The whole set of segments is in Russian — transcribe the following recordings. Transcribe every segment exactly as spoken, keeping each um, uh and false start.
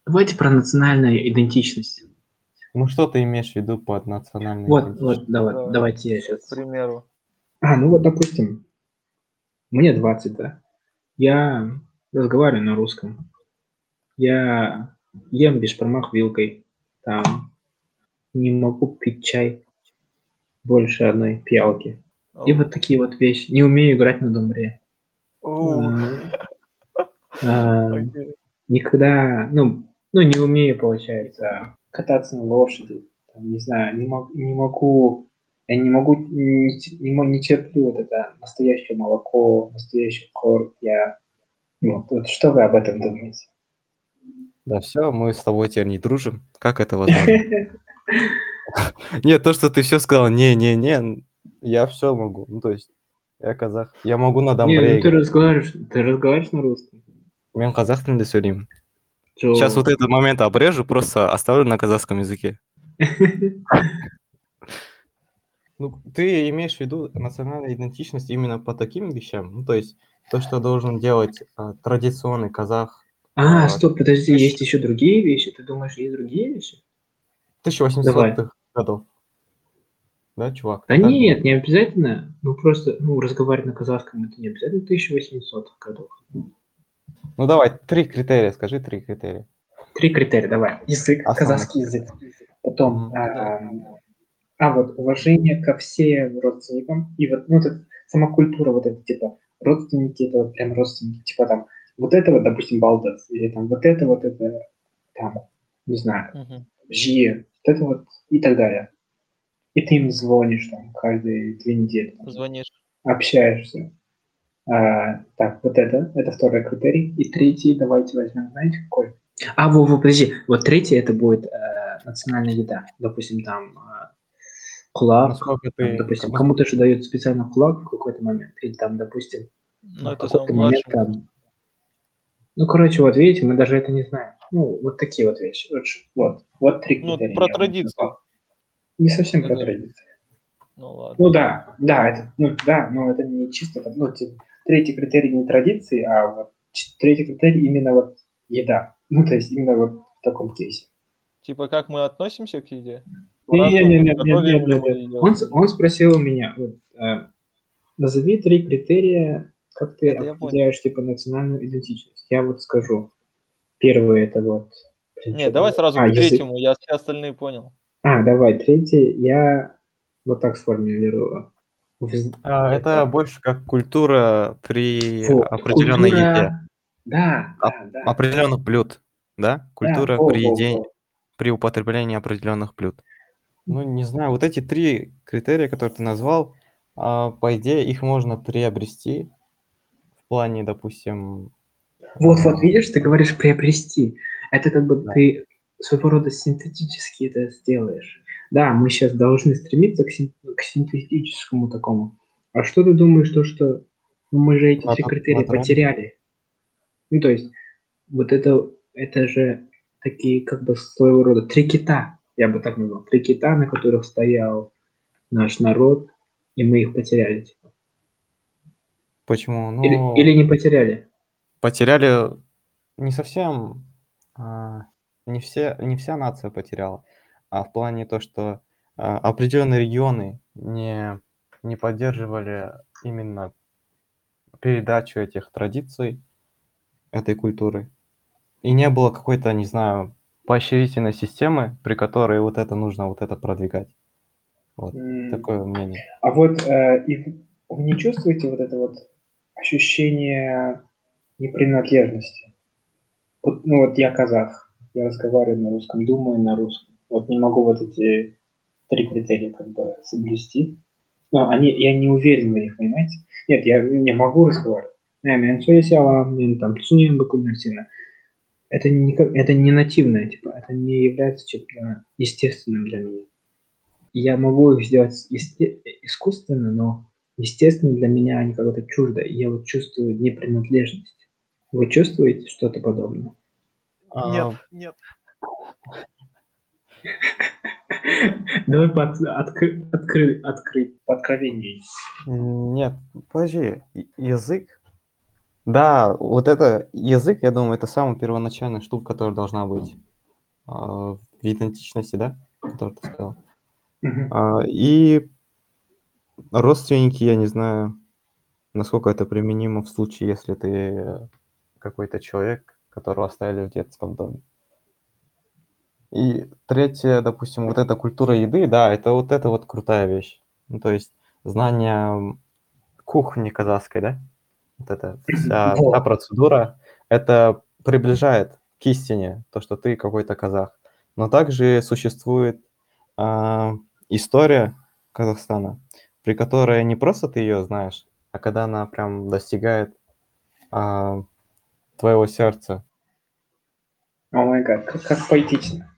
Давайте про национальную идентичность. Ну, что ты имеешь в виду под национальной Вот, идентичностью? вот, давай, Да, давайте я к сейчас. примеру. А, ну вот, допустим, мне двадцать, да. Я разговариваю на русском. Я ем без промах вилкой. Там не могу пить чай больше одной пиалки. И вот такие вот вещи. Не умею играть на домбре. Ух. М, а, Окей. Никогда, ну, ну, не умею, получается, кататься на лошади. Там, не знаю, не, мог, не могу, я не могу, не, те- не, мо- не терплю вот это настоящее молоко, настоящий корм. Я, ну, вот, вот что вы об этом думаете? Да все, мы с тобой теперь не дружим. Как это возможно? Нет, то, что ты все сказал, не-не-не, я все могу. Ну, то есть, я казах. Я могу на Не, домбре ну ты играть. разговариваешь, ты разговариваешь на русском. Мен казах тілінде сөйлеймін. Чё? Сейчас вот этот момент обрежу, просто оставлю на казахском языке. Ну, ты имеешь в виду национальную идентичность именно по таким вещам? Ну, то есть, то, что должен делать а, традиционный казах А, а, стоп, подожди, тысяч- есть еще другие вещи? Ты думаешь, есть другие вещи? тысяча восьмисотых Давай. годов. Да, чувак? Да Так было? нет, не обязательно. Ну просто, ну, разговаривать на казахском это не обязательно тысяча восьмисотых годов. Ну, давай, три критерия, скажи три критерия. Три критерия, давай. Язык, Основных. казахский язык. Потом, Мгм. а, а вот уважение ко всем родственникам. И вот, ну, это сама культура вот эта, типа, родственники, это вот прям родственники. Типа там, вот это вот, допустим, балдас. Или там, вот это вот, это, там, не знаю, Мгм. жи. Вот это вот и так далее. И ты им звонишь там каждые две недели. Там, Звонишь. общаешься. А, так, вот это, это второй критерий. И третий, давайте возьмем, знаете, какой? А, во, во, подожди. Вот третий это будет э, национальная еда. Допустим, там э, кулак. Насколько Там, ты... допустим, как- кому-то же дают специально кулак в какой-то момент. Или там, допустим, Ну, в это какой-то самый момент младший. там... Ну, короче, вот видите, мы даже это не знаем. Ну, вот такие вот вещи. Вот, ш- вот, вот три Ну, критерия. про я вам традиции. назвал. Не совсем про Конечно. традиции. Ну, ладно. Ну да, да, это, ну да, но это не чисто, там, ну, типа, третий критерий не традиции, а вот ч- третий критерий именно вот еда. Ну, то есть именно вот в таком кейсе. Типа, как мы относимся к еде? По-разному Не-не-не-не-не-не-не. готовим ли мы ее? Он, с- он спросил у меня, вот, э, назови три критерия, как ты Это я понял. определяешь, типа, национальную идентичность. Я вот скажу. Первый это вот... блин, Не, чё давай было? сразу А, к язык. третьему, я все остальные понял. А, давай, третий, я вот так сформулирую. Вз- А, это больше как культура при Вот, определенной еде. культура... Да, Оп- да, да. Определенных блюд, да? Да, Культура во, при во, еде, во. при употреблении определенных блюд. Ну, не знаю, вот эти три критерия, которые ты назвал, а, по идее, их можно приобрести в плане, допустим, Вот, вот, а, видишь, ты говоришь приобрести. Это как бы да. ты своего рода синтетически это сделаешь. Да, мы сейчас должны стремиться к, син- к синтетическому такому. А что ты думаешь, то, что ну, мы же эти три Нату- критерия натурально. потеряли? Ну, то есть, вот это, это же такие как бы своего рода три кита, я бы так назвал. Три кита, на которых стоял наш народ, и мы их потеряли. типа. Почему? Или, Ну, или не потеряли. потеряли не совсем, а, не все, не вся нация потеряла, а в плане то, что а, определенные регионы не, не поддерживали именно передачу этих традиций, этой культуры. И не было какой-то, не знаю, поощрительной системы, при которой вот это нужно, вот это продвигать. Вот М, такое мнение. А вот э, и вы вы не чувствуете вот это вот ощущение непринадлежности? Вот, ну вот я казах, я разговариваю на русском, думаю на русском. Вот не могу вот эти три критерия как бы соблюсти. Ну, они, я не уверен в них, понимаете? Нет, я не могу разговаривать. Не, мен сөйлесем, мен там түсінемін бүкіл нәрсені. Это не, как- это не нативное, типа, это не является чем-то естественным для меня. Я могу их сделать есте- искусственно, но естественно для меня они как-то чуждо. И я вот чувствую непринадлежность. Вы чувствуете что-то подобное? Нет, А, нет. Давай под, откры, откры, открыть, откровение. нет, подожди, и- язык, Да, вот это язык, я думаю, это самая первоначальная штука, которая должна быть а, в идентичности, да, которую ты сказал. Мгм. А, и родственники, я не знаю, насколько это применимо в случае, если ты э, какой-то человек, которого оставили в детском доме. И третье, допустим, вот эта культура еды, да, это вот это вот крутая вещь. Ну, то есть знание кухни казахской, да, вот эта вся, вся Вот. процедура, это приближает к истине, то, что ты какой-то казах. Но также существует а, история Казахстана, при которой не просто ты ее знаешь, а когда она прям достигает а, твоего сердца. О май гад, как, как поэтично.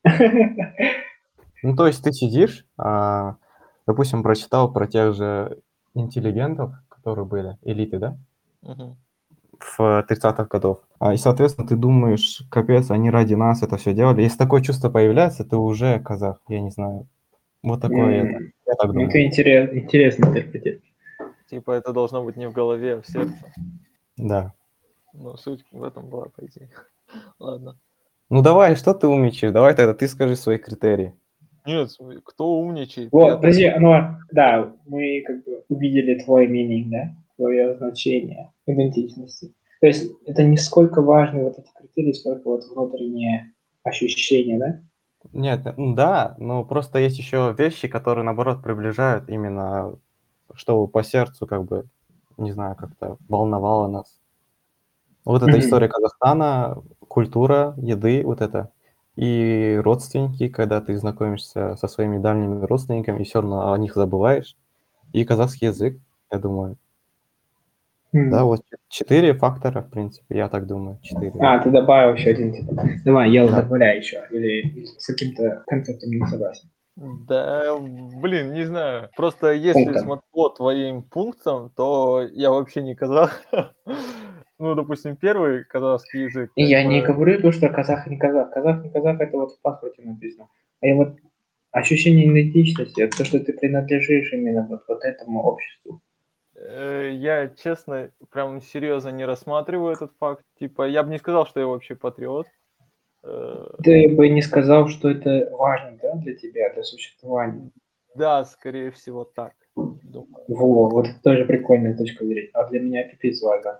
Ну, то есть ты сидишь, а, допустим, прочитал про тех же интеллигентов, которые были, элиты, да, Мгм. в тридцатых годов. А, И, соответственно, ты думаешь, капец, они ради нас это все делали. Если такое чувство появляется, ты уже казах, я не знаю. Вот такое это. М, Я так Ну, это думаю. интерес, интересно интерпретировать. Типа это должно быть не в голове, а в сердце. Да. Ну, суть в этом была, по идее. Ладно. Ну давай, что ты умничаешь? Давай тогда ты скажи свои критерии. Нет, см- кто умничает? Я Вот, только... подожди, ну, да, мы как бы увидели твой meaning, да, твое значение идентичности. То есть это не сколько важны вот эти критерии, сколько вот внутреннее ощущение, да? Нет, ну да, но просто есть еще вещи, которые, наоборот, приближают именно, чтобы по сердцу, как бы, не знаю, как-то волновало нас. Вот эта Мгм. история Казахстана, культура еды, вот это. И родственники, когда ты знакомишься со своими дальними родственниками, и все равно о них забываешь. И казахский язык, я думаю. Да, Мгм. вот четыре фактора, в принципе, я так думаю, четыре, да. А, ты добавил еще один, типа. Давай, я Да. добавляю еще. Или с каким-то концептом не согласен. Да, блин, не знаю. Просто если Пунктом. смотреть по твоим пунктам, то я вообще не казах. Ну, допустим, первый казахский язык, И как я не бы, говорю то, что казах не казах. Казах не казах, это вот в паспорте написано. А я вот ощущение идентичности, это то, что ты принадлежишь именно вот, вот этому обществу. э, я, честно, прям серьезно не рассматриваю этот факт. Типа, я бы не сказал, что я вообще патриот. Э, Ты бы не сказал, что это важно, да, для тебя, для существования. Да, скорее всего, так. Думаю. Во, вот это тоже прикольная точка зрения. А для меня пипец важно.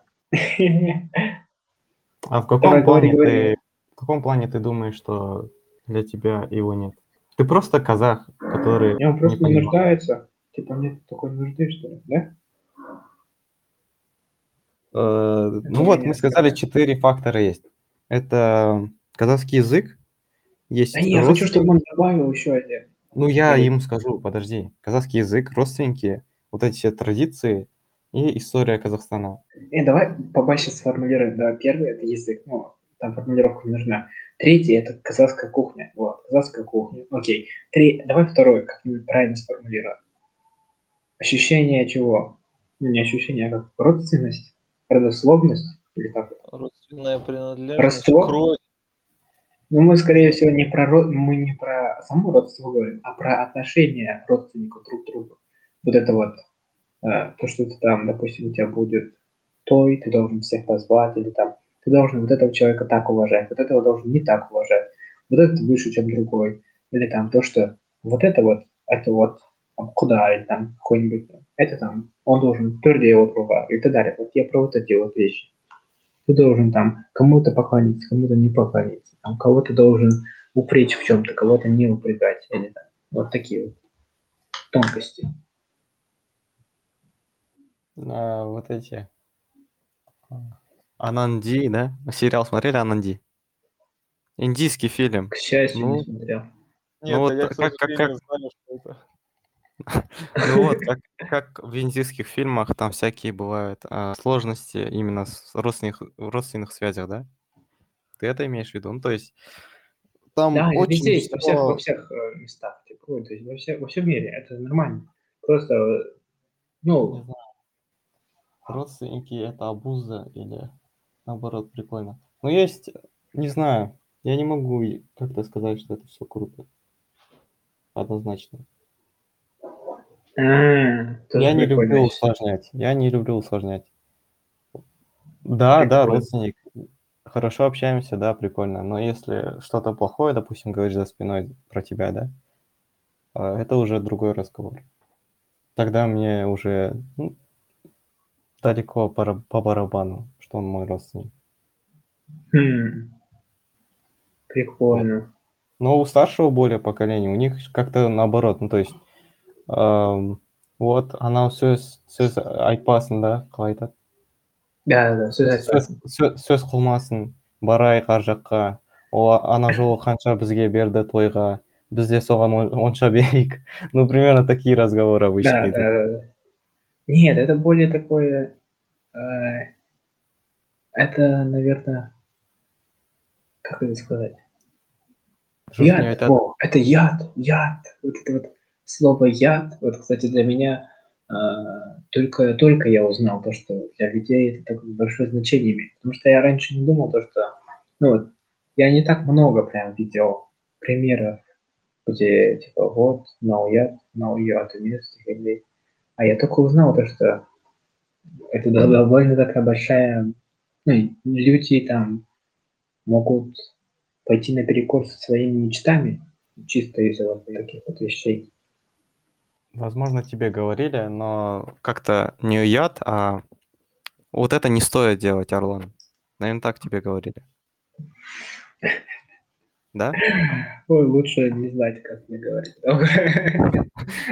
А в каком Давай, говори, плане говори. ты, в каком плане ты думаешь, что для тебя его нет? Ты просто казах, который Я он не просто не понимает. нуждается. Типа нет такой нужды, что ли, да? Э, Это Ну у вот, мы меня сказали, такая. четыре фактора есть. Это казахский язык, Да есть не, я хочу, чтобы родственники. он добавил еще один. Ну, я Говори. ему скажу, подожди. Казахский язык, родственники, вот эти все традиции и история Казахстана. Э, давай побольше сформулируем. Да, первый это язык, ну, там формулировка не нужна. Третий это казахская кухня. Вот, казахская кухня. Окей. Три, давай второй, как-нибудь правильно сформулируем. Ощущение чего? Ну, не ощущение, а как родственность, родословность или как это? Родственная принадлежность, Родство? кровь. Ну, мы, скорее всего, не про, ро- мы не про само родство говорим, а про отношения родственников друг к другу. Вот это вот, э, то, что ты там, допустим, у тебя будет той, ты должен всех позвать, или там, ты должен вот этого человека так уважать, вот этого должен не так уважать, вот этот выше, чем другой. Или там то, что вот это вот, это вот там, куда, или там какой-нибудь, это там, он должен твердее его права, и так далее. Вот я про вот эти вот вещи. Ты должен там кому-то поклониться, кому-то не поклониться, там кого-то должен упречь в чем-то, кого-то не упрягать, или там, вот такие вот тонкости. А, вот эти. а, Ананди, да? Сериал смотрели Ананди? Индийский фильм. К счастью, не Ну, смотрел. ну Нет, а вот я, к как, как, как, сожалению, знаю, что это. ну вот как, как в индийских фильмах там всякие бывают а, сложности именно с родственных, в родственных связях, да? Ты это имеешь в виду? Ну, то есть там Да, это очень везде есть, во всех, во все, всех э, местах, типа, ой, то есть во, всех, во всем мире, это нормально. Просто, э, не ну, знаю, родственники это обуза или наоборот прикольно. Но есть, не знаю, я не могу и как-то сказать, что это все круто, однозначно. а, Я тоже не люблю прикольная. усложнять, я не люблю усложнять. Да, да, Прикольно. родственник. Хорошо общаемся, да, прикольно. Но если что-то плохое, допустим, говоришь за спиной про тебя, да, а, это уже другой разговор. Тогда мне уже ну, далеко пора- по барабану, что он мой родственник. Хм, Вот. прикольно. Но у старшего более поколения, у них как-то наоборот, ну то есть, ам, вот она сөз сөз айтпасын да, қалай айтады? Да, да, да, сөз Сөз сөз айтпасын. сө- сөз қылмасын, барайық ар жаққа. Ол ана жолы қанша бізге берді тойға, біз де соған он- онша берейік. Ну, примерно такие разговоры обычно Да, идут. да, да, да. Нет, это более такое, э, это, наверное, как это сказать? Жұрт не Яд, айтады? во, это яд, яд. Вот это вот слово яд, вот, кстати, для меня а, только, только я узнал то, что для людей это такое большое значение имеет. Потому что я раньше не думал то, что, ну вот, я не так много прям видел примеров, где типа вот, no яд, no яд, местных людей. А я только узнал то, что это до- довольно такая большая, ну, и люди там могут пойти наперекор со своими мечтами, чисто из-за вот таких вот вещей. Возможно, тебе говорили, но как-то не яд, а вот это не стоит делать, Орлан. Наверное, так тебе говорили. Да? Ой, лучше не знать, как мне говорить. Добре.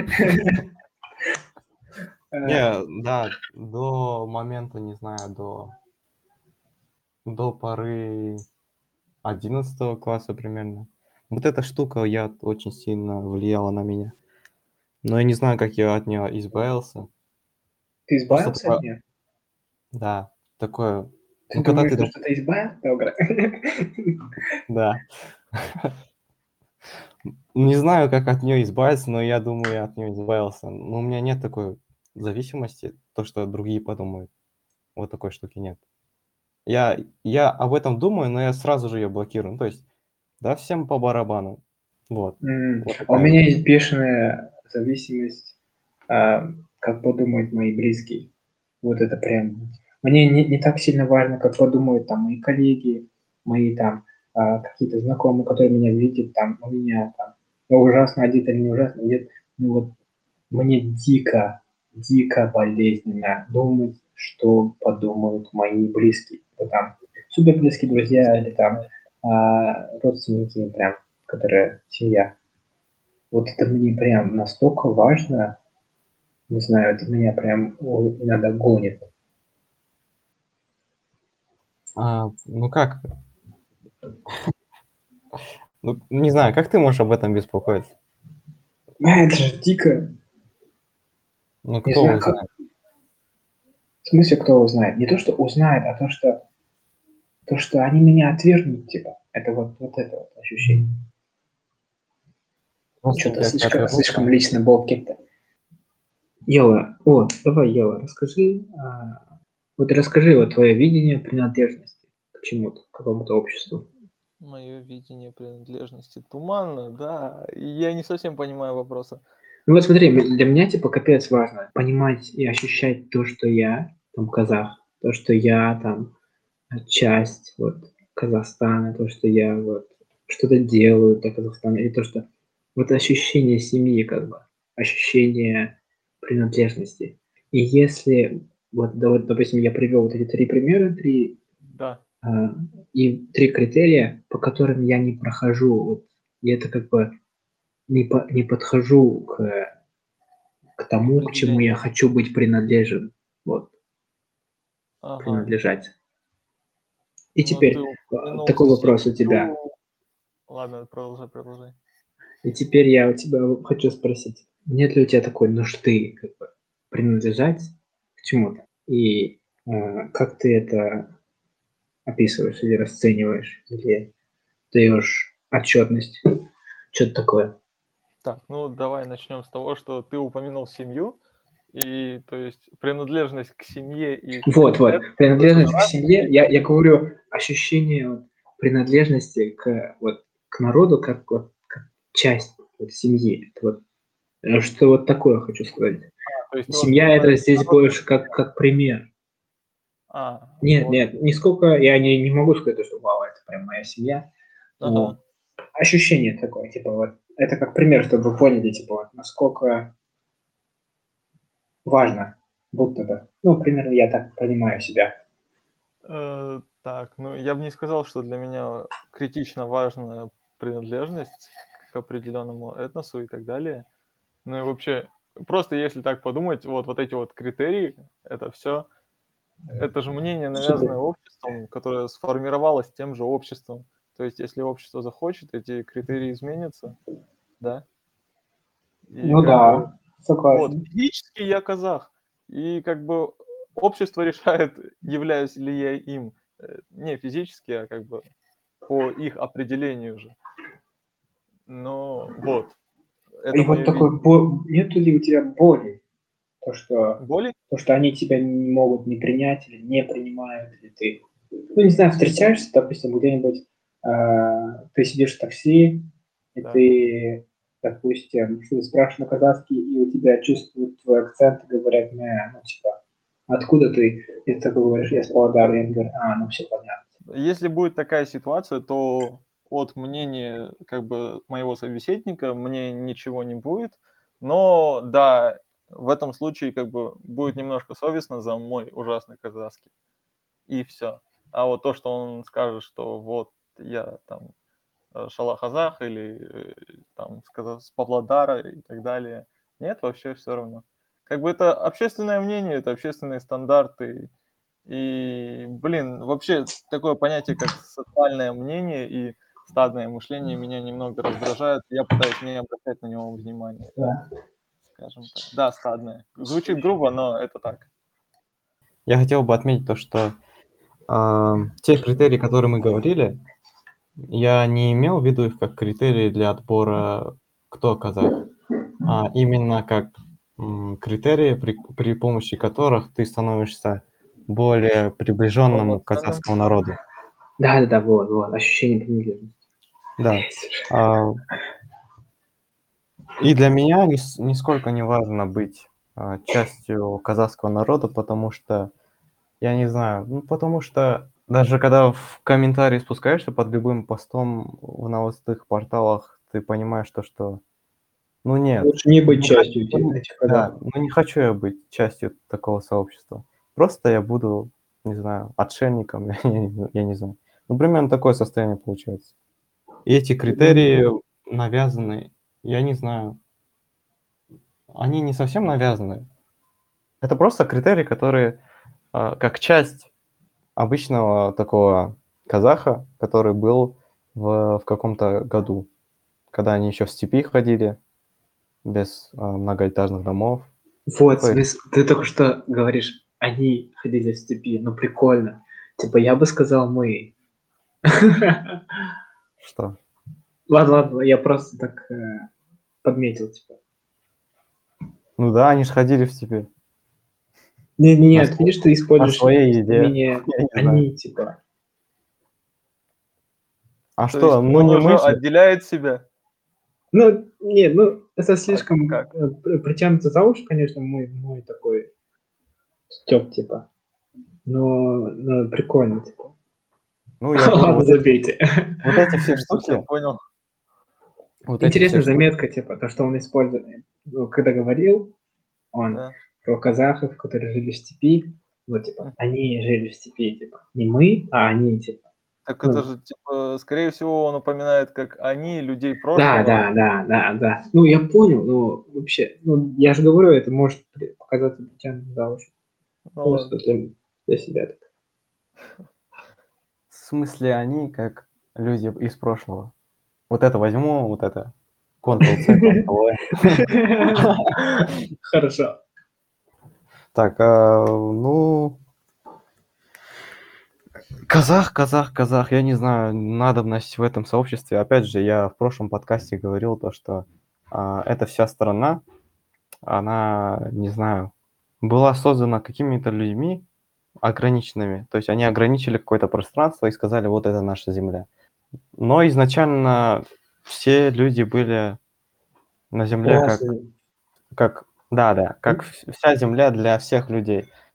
Э, Не, да, до момента, не знаю, до, до поры одиннадцатого класса примерно. Вот эта штука, я очень сильно влияла на меня. Но я не знаю, как я от нее избавился. Ты Просто избавился от такое, нее? да, такое, Ты ну когда думаешь, ты, то, доп- что ты избавился? Добре. да, не знаю, как от нее избавиться, но я думаю, я от нее избавился. Но у меня нет такой зависимости, то, что другие подумают. Вот такой штуки нет. Я, я об этом думаю, но я сразу же ее блокирую. Ну, то есть, да, всем по барабану. Вот. М, Вот А у такая вот. меня есть бешеная зависимость, а, как подумают мои близкие. Вот это прям. Мне не, не так сильно важно, как подумают там мои коллеги, мои там а, какие-то знакомые, которые меня видят, там у меня там ну, ужасно одет или не ужасно одет. Ну вот мне дико, дико болезненно думать, что подумают мои близкие. Это там супер близкие друзья или там а, родственники, прям, которые семья. Вот это мне прям настолько важно, не знаю, это меня прям о, иногда гонит. А, ну как? Ну, не знаю, как ты можешь об этом беспокоиться? А, это же дико. Ну, Не кто знаю, как, узнает? в смысле, кто узнает? Не то, что узнает, а то, что, то, что они меня отвергнут, типа. Это вот, вот это вот ощущение. Родственники Что-то от тебя слишком, слишком отвернутся. лично было каким-то. Ела, о, давай, Ела, расскажи, а, вот расскажи вот твое видение принадлежности к чему-то, к какому-то обществу. Мое видение принадлежности туманно, да. И я не совсем понимаю вопроса. Ну вот смотри, м- для меня типа капец важно понимать и ощущать то, что я там казах, то, что я там э, часть вот Казахстана, то, что я вот что-то делаю для Казахстана, и то, что вот ощущение семьи как бы, ощущение принадлежности. И если вот, да, вот допустим, я привел вот эти три примера, три Да. а, и три критерия, по которым я не прохожу, вот, и это как бы не, по, не подхожу к, к тому, к чему я Определение. хочу быть принадлежен, вот, Ага. принадлежать. И Ну, ты теперь а, упомянул такой вопрос у тебя. семью. Ладно, продолжай, продолжай. И теперь я у тебя хочу спросить, нет ли у тебя такой нужды как бы, принадлежать к чему-то? И э, как ты это описываешь или расцениваешь, или даешь отчетность? Что-то такое. Так, ну давай начнем с того, что ты упомянул семью, и то есть принадлежность к семье и к Вот, вот. принадлежность это Принадлежность к разные семье. Я, я вещи. говорю ощущение вот принадлежности к, вот, к народу как, вот, как часть вот, семьи. Это вот, э, что вот такое хочу сказать. То есть ты Семья воспринимаешь это здесь народ как больше как, семья. как пример. А, Нет, вот. нет, нисколько, я не, не могу сказать, что вау, это прям моя семья, но Ага. ощущение такое, типа вот, это как пример, чтобы вы поняли, типа вот, насколько важно, будто бы. Ну, примерно я так понимаю себя. Э, так, ну я бы не сказал, что для меня критично важна принадлежность к определенному этносу и так далее. Ну и вообще, просто если так подумать, вот, вот эти вот критерии, это все, это же мнение, навязанное Супер. обществом, которое сформировалось тем же обществом. То есть, если общество захочет, эти критерии изменятся, да. И Ну как бы, да, вот, согласен. физически я казах, и как бы общество решает, являюсь ли я им. Э, не физически, а как бы по их определению же. Но вот, И это вот мое такой, видение. бо- нету ли у тебя боли, то, что, Боли? то, что они тебя не могут не принять или не принимают, или ты, ну, не знаю, встречаешься, допустим, где-нибудь, а, ты сидишь в такси, и Так. ты, допустим, что ты спрашиваешь на казахский, и у тебя чувствуют твой акцент, и говорят, не, ну, типа, откуда ты? И ты такой говоришь, я с Павлодара, и они говорят, а, ну, все понятно. Если будет такая ситуация, то от мнения как бы моего собеседника мне ничего не будет. Но да, в этом случае как бы будет немножко совестно за мой ужасный казахский. И все. А вот то, что он скажет, что вот я там э, шалахазах или э, там с, Каза- с Павлодара и так далее. Нет, вообще все равно. Как бы это общественное мнение, это общественные стандарты. И, блин, вообще такое понятие, как социальное мнение и стадное мышление меня немного раздражает. Я пытаюсь не обращать на него внимания, Да. скажем так. Да, стадное. Звучит грубо, но это так. Я хотел бы отметить то, что а, те критерии, которые мы говорили, я не имел в виду их как критерии для отбора, кто казах, а именно как м, критерии, при, при помощи которых ты становишься более приближенным к Полноценным. казахскому народу. Да, да, да, вот, вот, ощущение принадлежности. Да. А, и для меня нис- нисколько не важно быть а, частью казахского народа, потому что, я не знаю, ну, потому что даже когда в комментарии спускаешься под любым постом в новостных порталах, ты понимаешь то, что, ну нет, Лучше не быть не хочу, частью ну, этих, не- этих да, казахов. ну не хочу я быть частью такого сообщества. Просто я буду, не знаю, отшельником, я не, я не знаю. Ну, примерно такое состояние получается. И эти критерии навязаны, я не знаю, они не совсем навязаны. Это просто критерии, которые а, как часть обычного такого казаха, который был в, в каком-то году, когда они еще в степи ходили, без а, многоэтажных домов. Вот, То есть, смысл. Ты только что говоришь, они ходили в степи, ну прикольно. Типа, я бы сказал, мы. что? Ладно, ладно, я просто так э, подметил, типа. Ну да, они же ходили в степи Не, не, на, нет, сво- видишь, ты на используешь своей еде. местоимение Я не знаю. они, типа. А То что, есть ну он не уже мы же? отделяет себя. Ну, не, ну, это А слишком как? э, пр- притянуто за уши, конечно, мой, мой такой стёб, типа. Но, но прикольно, типа. Ну, я говорю, Ладно, вот эти, забейте. вот эти все Не совсем штуки, понял. вот эти все Интересная штуки, заметка, типа, то, что он использует, ну, когда говорил, он Да. про казахов, которые жили в степи, вот, типа, М. они жили в степи, типа, не мы, а они, типа. Так это Ну, же, типа, скорее всего, он упоминает, как они людей да, прошлого. да, да, да, да. Ну, я понял, но вообще, ну, я же говорю, это может при- показаться притянутым за уши. Ну Просто ладно. для, для себя так. в смысле они, как люди из прошлого. Вот это возьму, вот это. Ctrl-C, Ctrl-V. Хорошо. Так, а, ну, казах, казах, казах, я не знаю, надобность в этом сообществе. Опять же, я в прошлом подкасте говорил то, что а, эта вся страна, она, не знаю, была создана какими-то людьми ограниченными. То есть они ограничили какое-то пространство и сказали, вот это наша земля. Но изначально все люди были на земле как, Разные. как, да, да, как вс- вся земля для всех людей.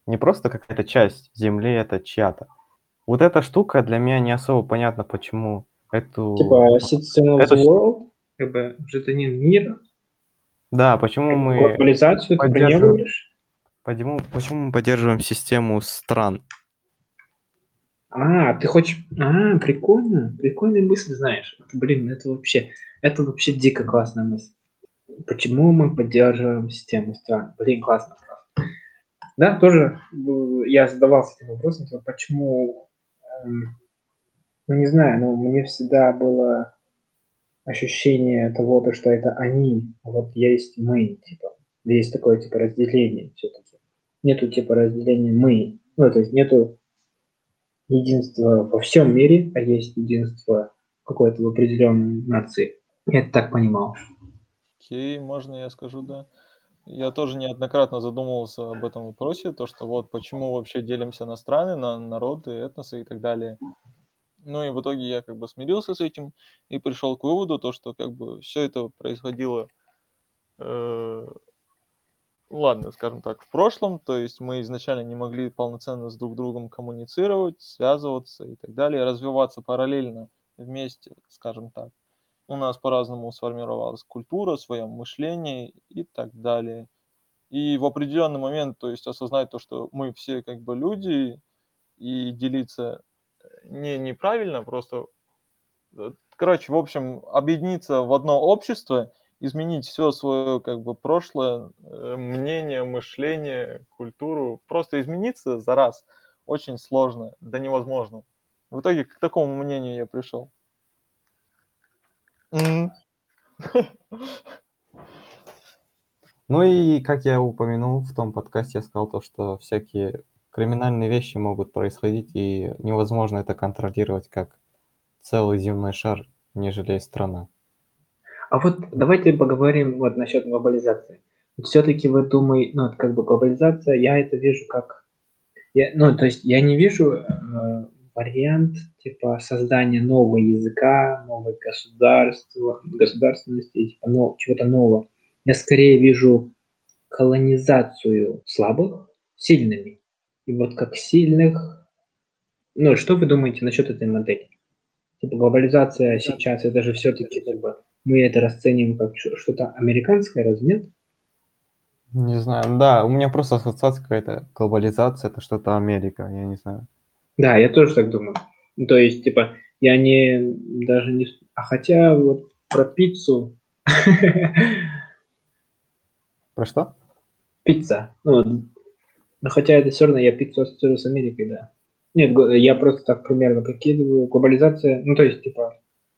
не просто какая-то часть Земли, это чья-то. Вот эта штука для меня не особо понятна, почему эту, Типа citizens эту... world, как бы гражданин мира, Да, почему мы глобализацию, ты про нее поддерживаем, говоришь? почему, почему мы поддерживаем систему стран? А, ты хочешь... А, прикольно. Прикольная мысль, знаешь. Это, блин, это вообще... Это вообще дико классная мысль. Почему мы поддерживаем систему стран? Блин, классно. Да, тоже э, я задавался этим вопросом, типа, почему... эм, ну, не знаю, но мне всегда было ощущение того, то, что это они, а вот есть мы, типа. Есть такое, типа, разделение все-таки. Нету, типа, разделения мы. Ну, то есть нету единства во всем мире, а есть единство какой-то в определенной нации. Я это так понимал. Окей, можно я скажу, да? Я тоже неоднократно задумывался об этом вопросе, то, что вот почему вообще делимся на страны, на народы, этносы и так далее. Ну и в итоге я как бы смирился с этим и пришел к выводу, то, что как бы все это происходило, э, ладно, скажем так, в прошлом, то есть мы изначально не могли полноценно с друг другом коммуницировать, связываться и так далее, развиваться параллельно вместе, скажем так. У нас по-разному сформировалась культура, свое мышление и так далее. И в определенный момент, то есть осознать то, что мы все как бы люди, и делиться не неправильно, просто, э, короче, в общем, объединиться в одно общество, изменить все свое как бы прошлое, э, мнение, мышление, культуру. Просто измениться за раз очень сложно, до невозможного. В итоге к такому мнению я пришел. Мгм. Ну и, как я упомянул в том подкасте, я сказал то, что всякие криминальные вещи могут происходить, и невозможно это контролировать как целый земной шар, нежели страна. А вот давайте поговорим вот насчет глобализации. Вот все-таки вы думаете, ну, вот как бы глобализация, я это вижу как... Я, ну, то есть я не вижу э, вариант типа создания нового языка, новой государства, государственности, типа, но, чего-то нового. Я скорее вижу колонизацию слабых сильными. И вот как сильных... Ну, что вы думаете насчет этой модели? Типа глобализация сейчас, это же все-таки как бы мы это расценим как ш- что-то американское, разве нет? Не знаю, да, у меня просто ассоциация какая-то, глобализация, это что-то Америка, я не знаю. Да, я тоже так думаю. Ну, то есть, типа, я не даже не... А хотя вот про пиццу... Про что? Пицца. Ну, но хотя это все равно я пиццу ассоциирую с Америкой, да. Нет, го- я просто так примерно прикидываю. Глобализация, ну, то есть, типа,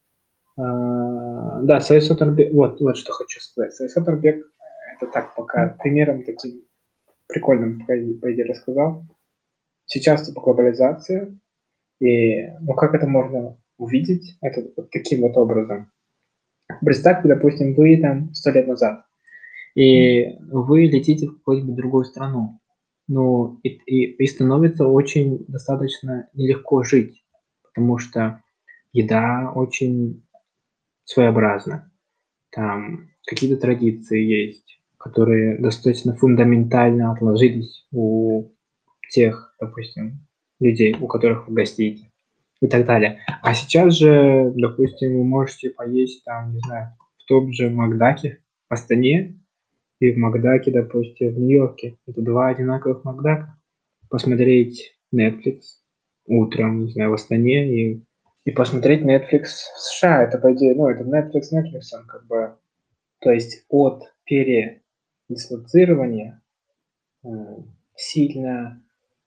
а, да, Саид Соттербек, вот, вот что хочу сказать. Саид Соттербек, это так пока примером таким прикольным, по идее, по идее, рассказал. Сейчас, типа, глобализация, и, ну, как это можно увидеть? Это вот таким вот образом. Представьте, допустим, вы там сто лет назад, и вы летите в какую-нибудь другую страну. Ну, и, и, и становится очень достаточно нелегко жить, потому что еда очень своеобразна. Там какие-то традиции есть, которые достаточно фундаментально отложились у тех, допустим, людей, у которых вы гостите и так далее. А сейчас же, допустим, вы можете поесть там, не знаю, в том же Макдаке в Астане и в Макдаке, допустим, в Нью-Йорке. Это два одинаковых Макдака. Посмотреть Netflix утром, не знаю, в Астане и, и посмотреть Netflix в США. Это, по идее, ну, это Netflix Netflix, он как бы, то есть от передислоцирования э, сильно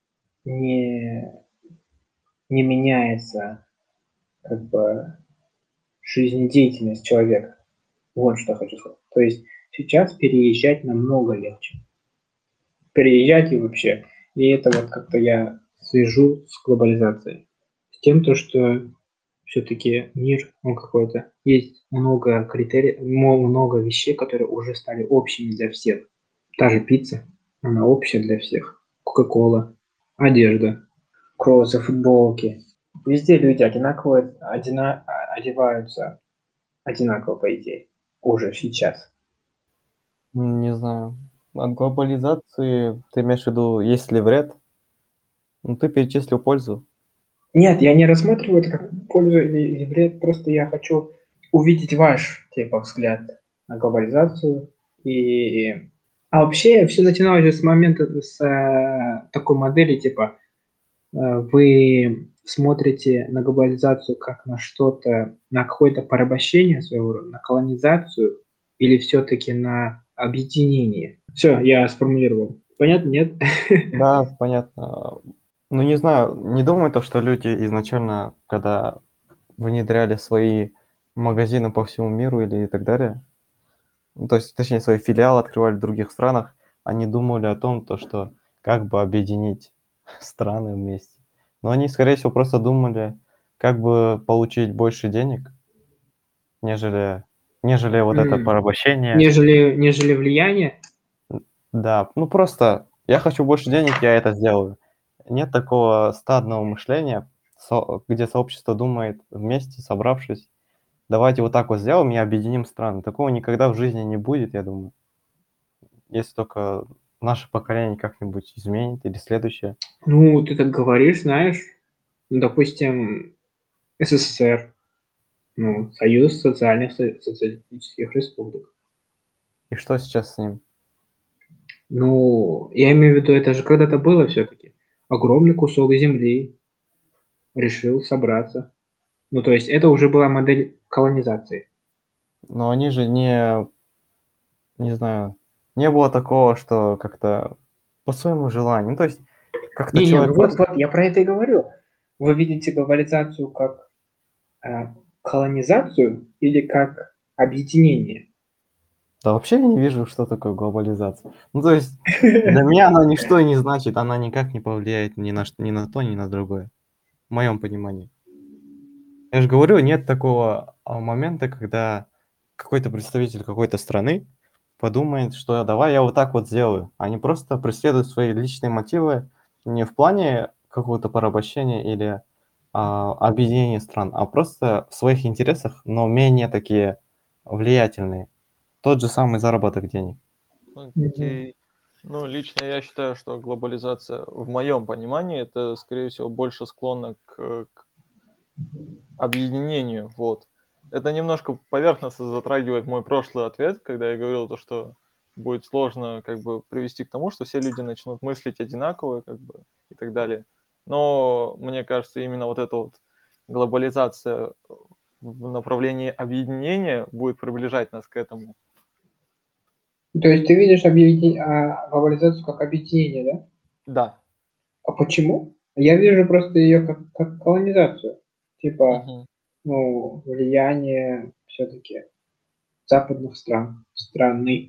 не, не меняется как бы жизнедеятельность человека. Вот что хочу сказать. То есть сейчас переезжать намного легче. Переезжать и вообще. И это вот как-то я свяжу с глобализацией. С тем, то, что все-таки мир, он какой-то. Есть много критериев, много вещей, которые уже стали общими для всех. Та же пицца, она общая для всех. Кока-кола, одежда, кроссы, футболки. Везде люди одинаково одина, одеваются одинаково, по идее, уже сейчас. М, Не знаю. От глобализации ты имеешь в виду, есть ли вред? Ну, ты перечислил пользу. Нет, я не рассматриваю это как пользу или, или вред, просто я хочу увидеть ваш, типа, взгляд на глобализацию. И... А вообще все начиналось с момента, с э, такой модели, типа, э, вы смотрите на глобализацию как на что-то, на какое-то порабощение своего рода, на колонизацию, или все-таки на объединение. Все, я сформулировал. Понятно, нет? Да, понятно. Ну, не знаю, не думаю то, что люди изначально, когда внедряли свои магазины по всему миру или и так далее, ну, то есть, точнее, свои филиалы открывали в других странах, они думали о том, то, что как бы объединить страны вместе. Но они, скорее всего, просто думали, как бы получить больше денег, нежели, нежели вот это М, порабощение. Нежели, нежели влияние. Да, ну просто я хочу больше денег, я это сделаю. Нет такого стадного мышления, со- где сообщество думает вместе, собравшись, давайте вот так вот сделаем и объединим страны. Такого никогда в жизни не будет, я думаю. Если только наше поколение как-нибудь изменит или следующее. Ну, ты так говоришь, знаешь, ну, допустим, СССР, ну, Союз социальных со- социалистических республик. И что сейчас с ним? Ну, я имею в виду, это же когда-то было все-таки. Огромный кусок земли решил собраться. Ну, то есть это уже была модель колонизации. Но они же не, не знаю, не было такого, что как-то по своему желанию. Ну, то есть как-то Не-не, ну человек вот, просто... вот, я про это и говорю. Вы видите глобализацию как э, колонизацию или как объединение? Да вообще я не вижу, что такое глобализация. Ну, то есть для меня она ничто и не значит, она никак не повлияет ни на, ш- ни на то, ни на другое, в моем понимании. Я же говорю, нет такого а, момента, когда какой-то представитель какой-то страны подумает, что давай я вот так вот сделаю. Они просто преследуют свои личные мотивы не в плане какого-то порабощения или а, объединения стран, а просто в своих интересах, но менее такие влиятельные. Тот же самый заработок денег. Мгм. Окей. Ну, лично я считаю, что глобализация, в моем понимании, это, скорее всего, больше склонна к, к объединению. Вот. Это немножко поверхностно затрагивает мой прошлый ответ, когда я говорил то, что будет сложно как бы привести к тому, что все люди начнут мыслить одинаково, как бы, и так далее. Но мне кажется, именно вот эта вот глобализация в направлении объединения будет приближать нас к этому. То есть ты видишь объедин- а, глобализацию как объединение, да? Да. А почему? Я вижу просто ее как, как колонизацию. Типа, Мгм. ну, влияние все-таки западных стран, страны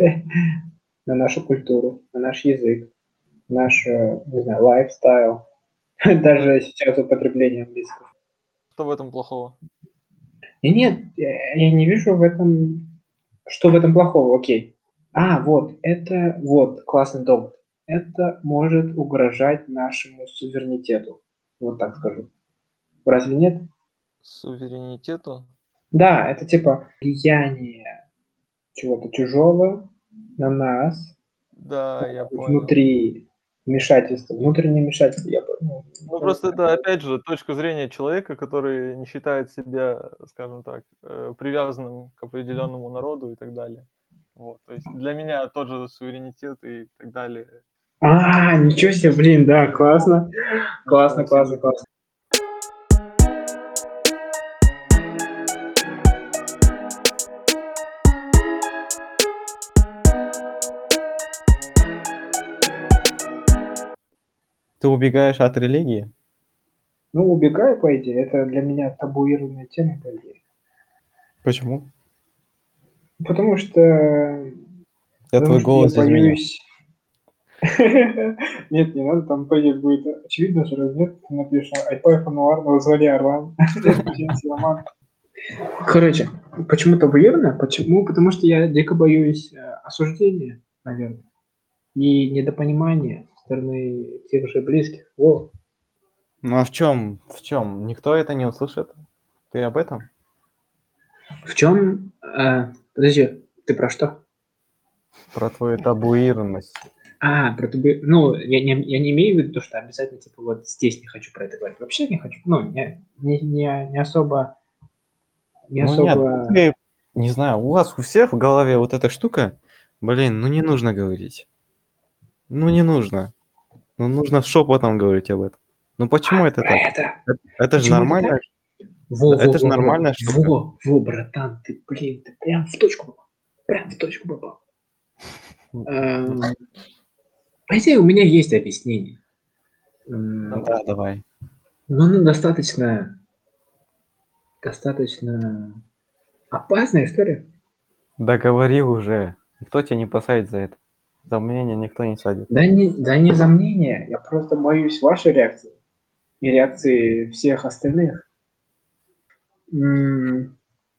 на нашу культуру, на наш язык, наш, э, не знаю, лайфстайл, Ну, даже сейчас употребление английского. что в этом плохого? И нет, я я не вижу в этом, что в этом плохого, окей. А, вот, это, вот, классный довод. Это может угрожать нашему суверенитету. Вот так скажу. Разве нет? Суверенитету? Да, это типа влияние чего-то чужого на нас Да, я понял. внутри вмешательства, внутреннее вмешательство, я бы, ну, Ну, можно просто так это, сказать. опять же, точка зрения человека, который не считает себя, скажем так, э, привязанным к определенному народу и так далее. Вот, то есть для меня тот же суверенитет и так далее. А, ничего себе, блин, да, классно, классно, Ничего классно, себе. классно. Ты убегаешь от религии? Ну, убегаю, по идее, это для меня табуированная тема, по идее. Почему? Потому что, Я потому твой что я голос изменил. боюсь. Нет, не надо, там по идее будет очевидно же, раз нет, ты напишешь Айпай Фануар, назвали Орлан, Силаман. Короче, почему табуированно? Почему? Потому что я дико боюсь э, осуждения, наверное, и недопонимания со стороны тех же близких. Во. Ну а в чем? В чем? Никто это не услышит? Ты об этом? В чем? Э, подожди, ты про что? Про твою табуированность. А, про табу... Ну, я не, я не имею в виду то, что обязательно, типа, вот здесь не хочу про это говорить. Вообще не хочу. Ну, не, не, не, не особо... Не Ну нет, особо... ты, не знаю, у вас у всех в голове вот эта штука, блин, ну не нужно говорить. Ну не нужно. Ну нужно шепотом говорить об этом. Ну почему А, это про так? это? Это, это же Почему это так? нормально. Во, Да, во, это же во, во, нормальная штука. во, во, братан, ты, блин, ты прям в точку попал. Прям в точку попал. Эм, По идее, у меня есть объяснение. М, Давай. Да, давай. Но оно достаточно, достаточно опасная история. Да говори уже. Никто тебя не посадит за это. За мнение никто не садит. Да не, да не за мнение, я просто боюсь вашей реакции и реакции всех остальных. М,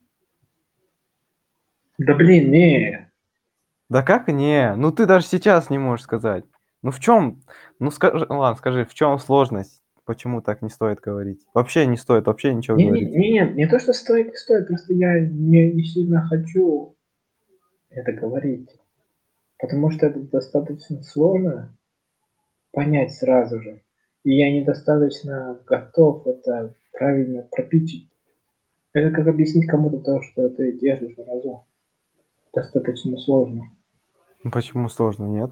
Да блин, не. Да как не? Ну ты даже сейчас не можешь сказать. Ну в чем? Ну скажи, ну, ладно, скажи, в чем сложность? Почему так не стоит говорить? Вообще не стоит вообще ничего Не, не, говорить. не, не, не то, что стоит, не стоит, просто я не, не сильно хочу это говорить. Потому что это достаточно сложно понять сразу же. И я недостаточно готов это правильно пропичить. Это как объяснить кому-то то, что ты держишь в разу. Достаточно сложно. Ну, почему сложно, нет?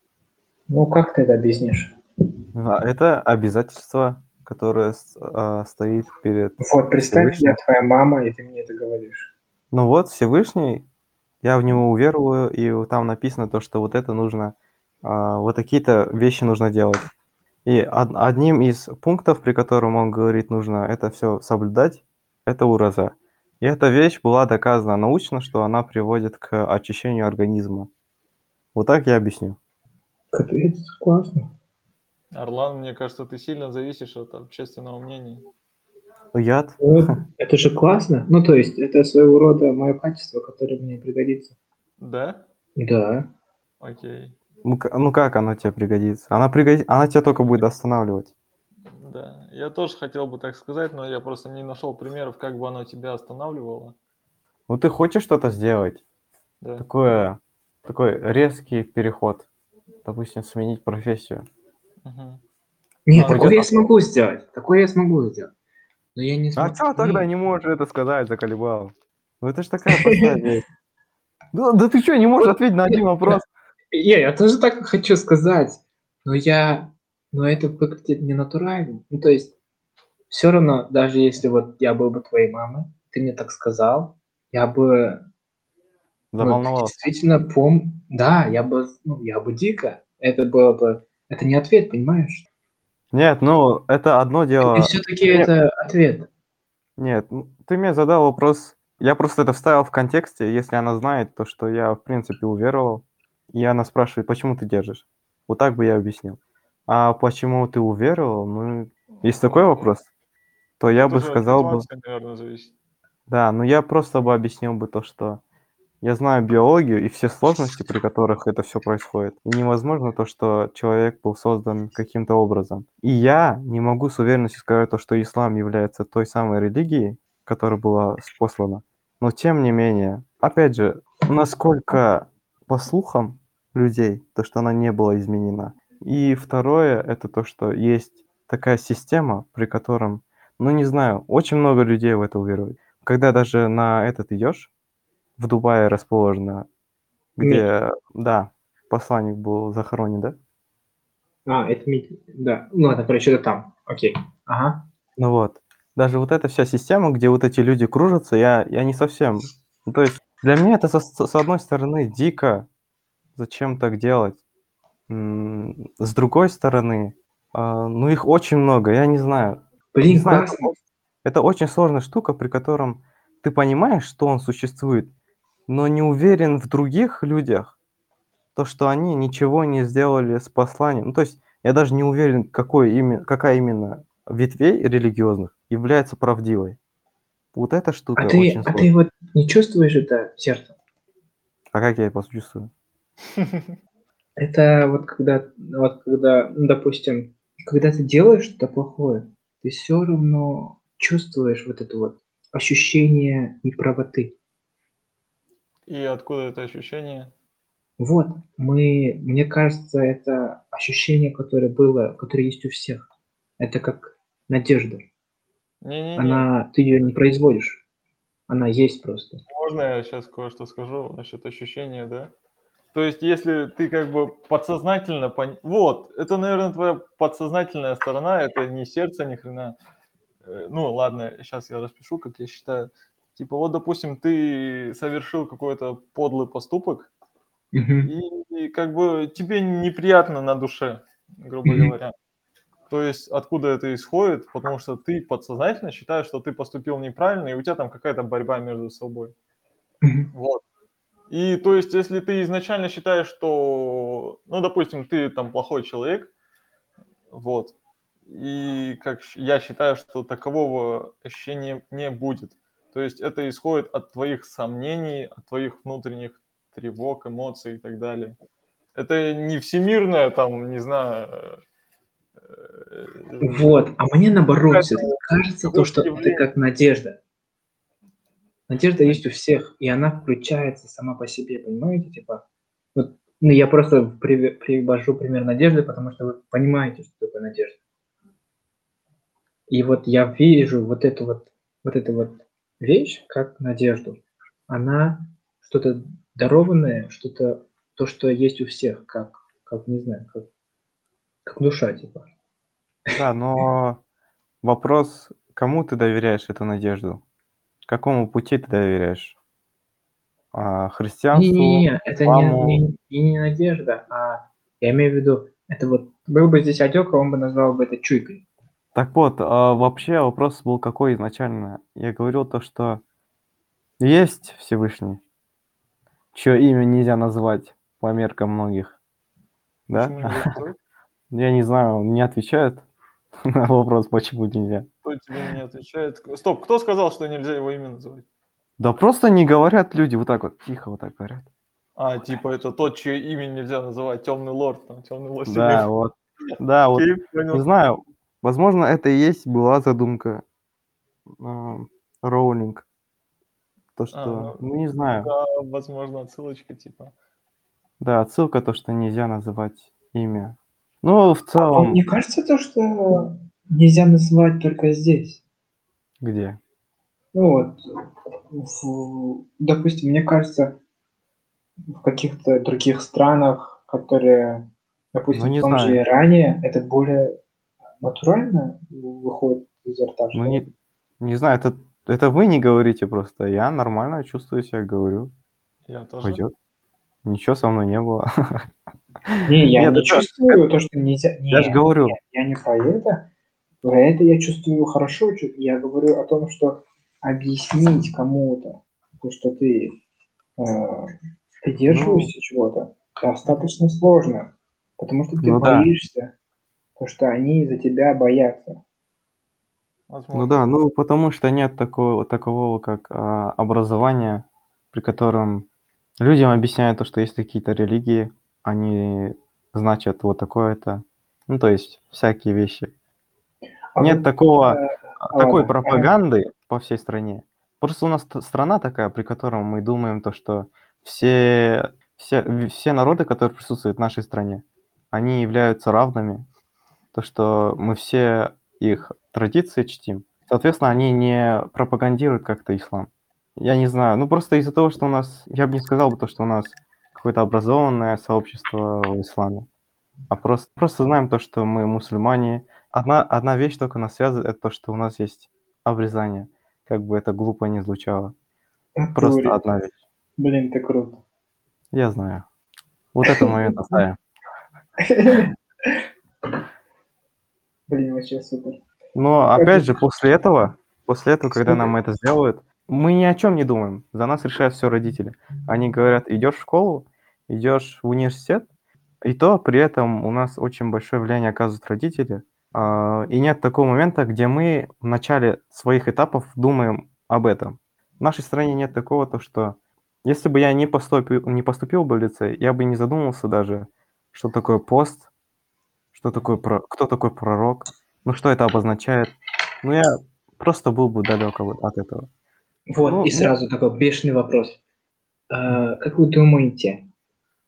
Ну, как ты это объяснишь? А, Это обязательство, которое с- а, стоит перед Вот, представь, я Всевышним. твоя мама, и ты мне это говоришь. Ну вот, Всевышний, я в него уверую, и вот там написано то, что вот это нужно, а, вот такие-то вещи нужно делать. И од- одним из пунктов, при котором он говорит, нужно это все соблюдать, это ураза. И эта вещь была доказана научно, что она приводит к очищению организма. Вот так я объясню. Капец, классно. Орлан, мне кажется, ты сильно зависишь от общественного мнения. Яд. Вот, это же классно. Ну, то есть, это своего рода мое качество, которое мне пригодится. Да? Да. Окей. Ну, к- ну как оно тебе пригодится? Она, пригоди... она тебя только будет останавливать. Да. Я тоже хотел бы так сказать, но я просто не нашел примеров, как бы оно тебя останавливало. Ну ты хочешь что-то сделать? Да. Такое, такой резкий переход. Допустим, сменить профессию. Мгм. Нет, А, такое Пойдет я смогу сделать. Такое я смогу сделать. Но я не А смогу. чё тогда не можешь это сказать, заколебал? Ну это ж такая простая вещь. Да, да ты что, не можешь ответить на один вопрос? Не, я тоже так хочу сказать, но я, но это выглядит не натурально. Ну, то есть, все равно, даже если вот я был бы твоей мамой, ты мне так сказал, я бы, ну, ты Заволновался. действительно пом... Да, я бы, ну, я бы дико. Это было бы... Это не ответ, понимаешь? Нет, ну это одно Или дело. все-таки Ты мне- это ответ? Нет, ну, ты мне задал вопрос. Я просто это вставил в контексте. Если она знает, то что я в принципе уверовал, и она спрашивает, почему ты держишь? Вот так бы я объяснил. А почему ты уверовал? Ну, есть такой вопрос, то я это бы же от сказал бы, ситуации, наверное, зависит. да, но я просто бы объяснил бы то, что я знаю биологию и все сложности, при которых это все происходит. И невозможно то, что человек был создан каким-то образом. И я не могу с уверенностью сказать то, что ислам является той самой религией, которая была спослана. Но тем не менее, опять же, насколько по слухам людей, то, что она не была изменена. И второе, это то, что есть такая система, при котором, ну не знаю, очень много людей в это уверует. Когда даже на этот идешь, в Дубае расположена, Нет. где, да, посланник был захоронен, да? А, это митинг. Да. Ну ладно, короче, это там. Окей. Ага. Ну вот, даже вот эта вся система, где вот эти люди кружатся, я, я не совсем... Ну, то есть для меня это, со, с одной стороны, дико, зачем так делать. М, С другой стороны, а, ну, их очень много, я не знаю. Не Блин, знаю, это, классно. о- это очень сложная штука, при котором ты понимаешь, что он существует, но не уверен в других людях, то, что они ничего не сделали с посланием. Ну, то есть я даже не уверен, какой именно, какая именно ветвей религиозных является правдивой. Вот эта А штука ты, очень а ты сложная. вот не чувствуешь это сердцем? А как я это почувствую? Это вот когда, вот когда, ну, допустим, когда ты делаешь что-то плохое, ты все равно чувствуешь вот это вот ощущение неправоты. И откуда это ощущение? Вот, мы, мне кажется, это ощущение, которое было, которое есть у всех. Это как надежда. Не-не-не, Она, ты ее не производишь, она есть просто. можно я сейчас кое-что скажу насчет ощущения, да? То есть, если ты как бы подсознательно... пон- Вот, это, наверное, твоя подсознательная сторона, это не сердце ни хрена. Э, Ну, ладно, сейчас я распишу, как я считаю. Типа, вот, допустим, ты совершил какой-то подлый поступок, Мгм. и, и как бы тебе неприятно на душе, грубо Мгм. говоря. То есть, откуда это исходит? Потому что ты подсознательно считаешь, что ты поступил неправильно, и у тебя там какая-то борьба между собой. Мгм. Вот. И то есть, если ты изначально считаешь, что, ну, допустим, ты там плохой человек, вот, и как щ- я считаю, что такового ощущения не будет. То есть это исходит от твоих сомнений, от твоих внутренних тревог, эмоций и так далее. Это не всемирное, там, не знаю, э, Вот, а мне наоборот какое-то все-таки кажется то, какое-то что это явление. как надежда. Надежда есть у всех, и она включается сама по себе, понимаете? Типа, вот, ну, я просто приве- привожу пример надежды, потому что вы понимаете, что такое надежда. И вот я вижу вот эту вот, вот эту вот вещь, как надежду. Она что-то дарованное, что-то, то, что есть у всех, как, как не знаю, как, как душа, типа. Да, но вопрос, кому ты доверяешь эту надежду? Какому пути ты доверяешь? А, христианству, Не-не-не, это не, исламу? не, не, не надежда, а я имею в виду, это вот, был бы здесь Адёка, он бы назвал бы это чуйкой. Так вот, а, вообще вопрос был какой изначально? Я говорил то, что есть Всевышний, чье имя нельзя назвать по меркам многих, да? Почему нельзя назвать? Я не знаю, он не отвечает на вопрос, почему нельзя. Кто тебе не отвечает? Стоп, кто сказал, что нельзя его имя называть? Да просто не говорят люди вот так вот, тихо вот так говорят. А, типа это тот, чье имя нельзя называть, темный лорд, там, темный властелин. Да, вот. Да, вот. Окей, Не понял. знаю, возможно, это и есть была задумка а, Роулинг. То, А, что, ну, ну не знаю. да, возможно, отсылочка, типа. Да, отсылка, то, что нельзя называть имя. Ну, в А вам не целом, кажется то, что нельзя называть только здесь? где? Ну вот, в- допустим, мне кажется, в каких-то других странах, которые, Ну, допустим, в не том же знаю. Иране, это более натурально выходит изо рта, Ну, что ли? не, не знаю, это, это вы не говорите просто. Я нормально чувствую себя, говорю. Я тоже. Пойдет. Ничего со мной не было. Не, я Нет, не это, чувствую то, что нельзя. я же Не, говорю. нет, я не про это. Про это я чувствую хорошо. чу- Я говорю о том, что объяснить кому-то, то, что ты э, Ну, придерживаешься чего-то, достаточно сложно, потому что ты ну да. боишься, то, что они за тебя боятся. Ну Возможно. да, ну потому что нет такого, такового, как а, образование, при котором людям объясняют то, что есть какие-то религии, они значат вот такое-то. Ну, то есть всякие вещи. А Нет вот, такого, э, а, а, такой ладно, ага. пропаганды по всей стране. Просто у нас т- страна такая, при которой мы думаем то, что все, все, в- все народы, которые присутствуют в нашей стране, они являются равными, то, что мы все их традиции чтим. Соответственно, они не пропагандируют как-то ислам. Я не знаю, ну просто из-за того, что у нас, я бы не сказал бы то, что у нас какое-то образованное сообщество в исламе, а просто, просто знаем то, что мы мусульмане. Одна, одна вещь только нас связывает, это то, что у нас есть обрезание. Как бы это глупо не звучало. В Просто натуре. одна вещь. Блин, ты круто. Я знаю. Вот этот момент оставим. Блин, вообще супер. Но Как опять бы же, после этого, после этого, когда супер. нам это сделают, мы ни о чем не думаем. За нас решают все родители. Они говорят, идешь в школу, идешь в университет, и то при этом у нас очень большое влияние оказывают родители. А, И нет такого момента, где мы в начале своих этапов думаем об этом. В нашей стране нет такого, то что если бы я не поступил, не поступил бы в лицей, я бы не задумывался даже, что такое пост, что такое, про- кто такой пророк, ну что это обозначает. Ну я просто был бы далек от от этого. Вот, Ну, и нет. сразу такой бешеный вопрос. Мгм. А, как вы думаете,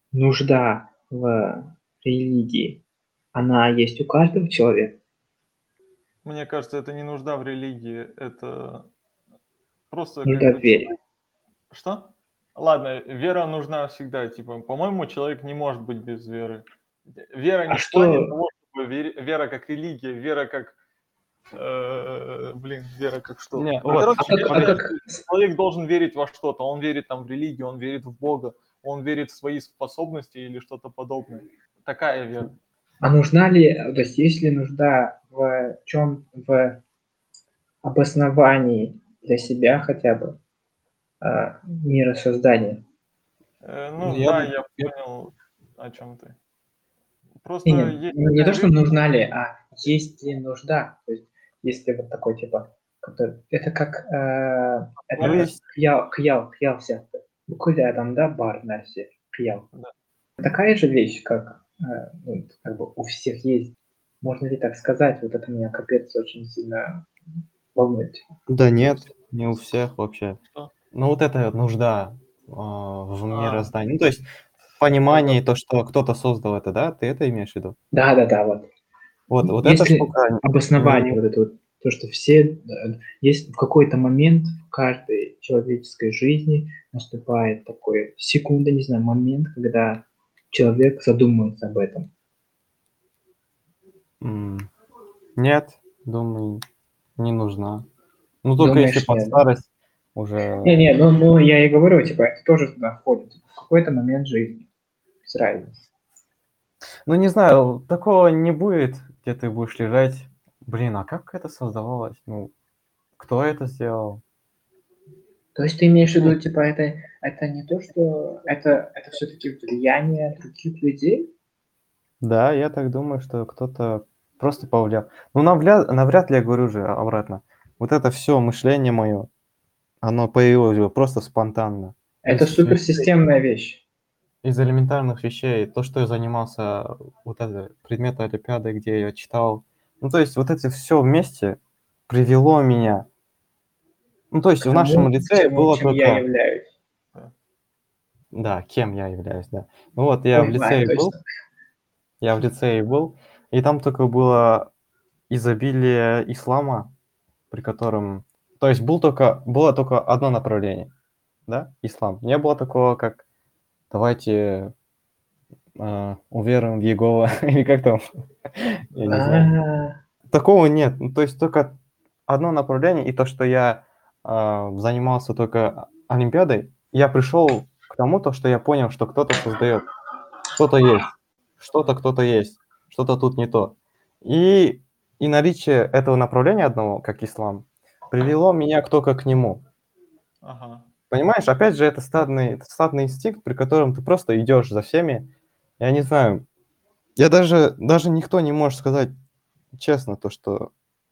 нужда в религии, она есть у каждого человека? Мне кажется, это не нужда в религии, это просто как Нужда бы в вере. человек... Что? Ладно, вера нужна всегда, типа, по-моему, человек не может быть без веры. Вера А не в плане что... того, чтобы вер- вера как религия, вера как, э, блин, вера как что? Не, Ну, вот, А короче, как, я а имею в как... виду, человек должен верить во что-то, он верит там в религию, он верит в Бога, он верит в свои способности или что-то подобное. Такая вера. А нужна ли, то есть есть ли нужда в чем, в обосновании для себя хотя бы а, миросоздания? Э, ну, ну я, да, д- я я- понял, о чем ты. Не, Просто не, есть не то, такая что вещь, нужна ли, а есть ли нужда. То есть если вот такой типа, который, это как, э, это ну, как есть, киял, киял, киял сияқты. Бүкіл адамда бар нәрсе, киял. да. Такая же вещь, как, э, ну, как бы у всех есть. Можно ли так сказать? Вот это меня капец очень сильно волнует. да нет, не у всех вообще. Что? Ну, вот эта вот нужда а, в А, мироздании. Ну, то есть это понимание, то, что кто-то создал это, да? Ты это имеешь в виду? Да, да, да, вот. Вот, вот эта Если штука обоснование, не... вот это вот, то, что все, э, есть в какой-то момент в каждой человеческой жизни наступает такой секунда, не знаю, момент, когда человек задумывается об этом. м, Нет, думаю, не нужна. Ну, только если Думаешь, под нет, да? старость уже... Не-не, ну, ну я и говорю, типа, это тоже туда входит. В какой-то момент жизни. Без разницы. Ну, не знаю, такого не будет, где ты будешь лежать. Блин, а как это создавалось? Ну, кто это сделал? То есть ты имеешь в Ну, виду, типа, это, это не то, что это, это все-таки влияние других людей? да, я так думаю, что кто-то просто повлиял. Ну, навряд, навряд ли, я говорю же обратно, вот это все мышление мое, оно появилось бы просто спонтанно. Это Из, вещей- суперсистемная вещь. из элементарных вещей. То, что я занимался, вот это предметы Олимпиады, где я читал. Ну, то есть вот это все вместе привело меня. Ну, то есть К в тому, нашем к лицее чему, было чем я только... являюсь. да. Да, кем я являюсь, да. Ну вот, я в Понимаю, лицее был, точно. я в лицее был, и там только было изобилие ислама, при котором... То есть был только, было только одно направление, да, ислам. Не было такого, как давайте э, уверуем в Егова, или как там, я не знаю. А, Такого нет. Ну, то есть только одно направление, и то, что я э, занимался только Олимпиадой, я пришел к тому, то, что я понял, что кто-то создает, кто-то есть, что-то М, кто-то есть, что-то тут не то. И, и наличие этого направления одного, как ислам, привело меня к только к нему. Ага. Понимаешь, опять же, это стадный, это стадный инстинкт, при котором ты просто идешь за всеми. Я не знаю, я даже, даже никто не может сказать честно то, что